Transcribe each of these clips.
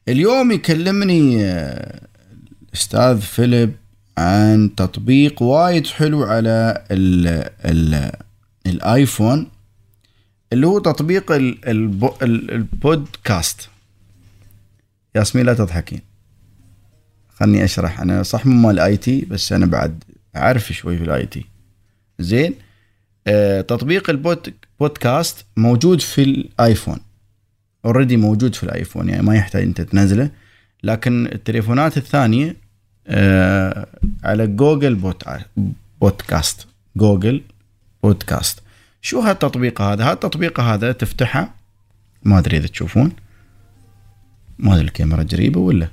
اليوم يكلمني أستاذ فيليب عن تطبيق وايد حلو على ال الآيفون، اللي هو تطبيق البودكاست. ياسمين لا تضحكين، خلني أشرح. أنا صح مو مال IT، بس أنا بعد أعرف شوي في IT. زين. تطبيق البودكاست موجود في الآيفون، already موجود في الآيفون، يعني ما يحتاج أنت تنزله. لكن التليفونات الثانية على جوجل بودكاست. جوجل بودكاست. شو هالتطبيق هذا؟ هالتطبيق هذا تفتحه، ما أدري إذا تشوفون، ما أدري الكاميرا قريبة ولا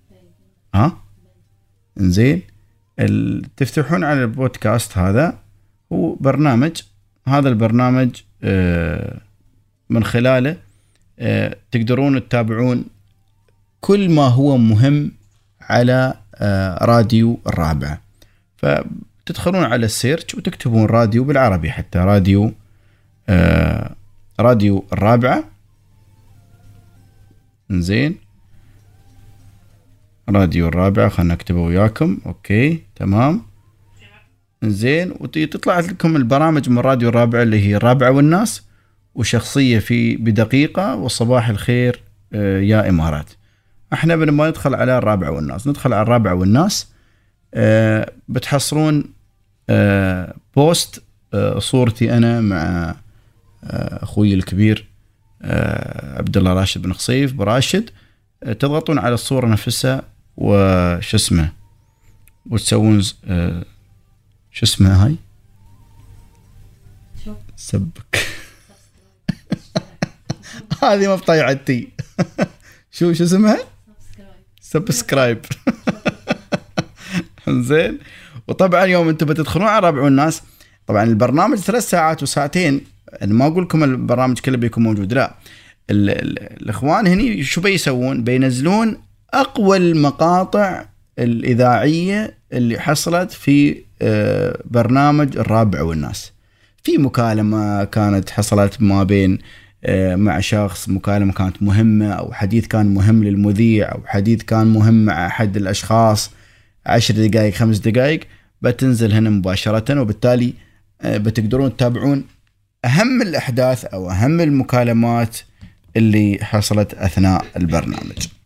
إنزين. تفتحون على البودكاست، هذا هو برنامج. هذا البرنامج من خلاله تقدرون تتابعون كل ما هو مهم على راديو الرابعة. فتدخلون على السيرش وتكتبون راديو بالعربي، حتى راديو الرابعة. زين، راديو الرابعة، خلنا نكتبه وياكم. اوكي تمام. زين، وتطلع لكم البرامج من راديو الرابعة، اللي هي الرابعة والناس، وشخصية في بدقيقة، وصباح الخير يا إمارات. احنا لما ندخل على الرابعة والناس، ندخل على الرابعة والناس، بتحصلون بوست صورتي أنا مع أخوي الكبير عبد الله راشد بن خصيف براشد. تضغطون على الصورة نفسها وش اسمه، وتسوون شو اسمه هاي، سبك هذه ما بطيعتي شو اسمها، سبسكرايب زين. وطبعا يوم انتم بتدخلون على رابع والناس، طبعا البرنامج 3 ساعات وساعتين. انا ما اقول لكم البرنامج كله بيكون موجود، لا. الاخوان هني شو بيسوون؟ بينزلون اقوى المقاطع الاذاعيه اللي حصلت في برنامج الرابع والناس. في مكالمه كانت حصلت ما بين مع شخص، مكالمة كانت مهمة، أو حديث كان مهم للمذيع، أو حديث كان مهم مع أحد الأشخاص، 10 دقائق 5 دقائق، بتنزل هنا مباشرة. وبالتالي بتقدرون تتابعون أهم الأحداث أو أهم المكالمات اللي حصلت أثناء البرنامج.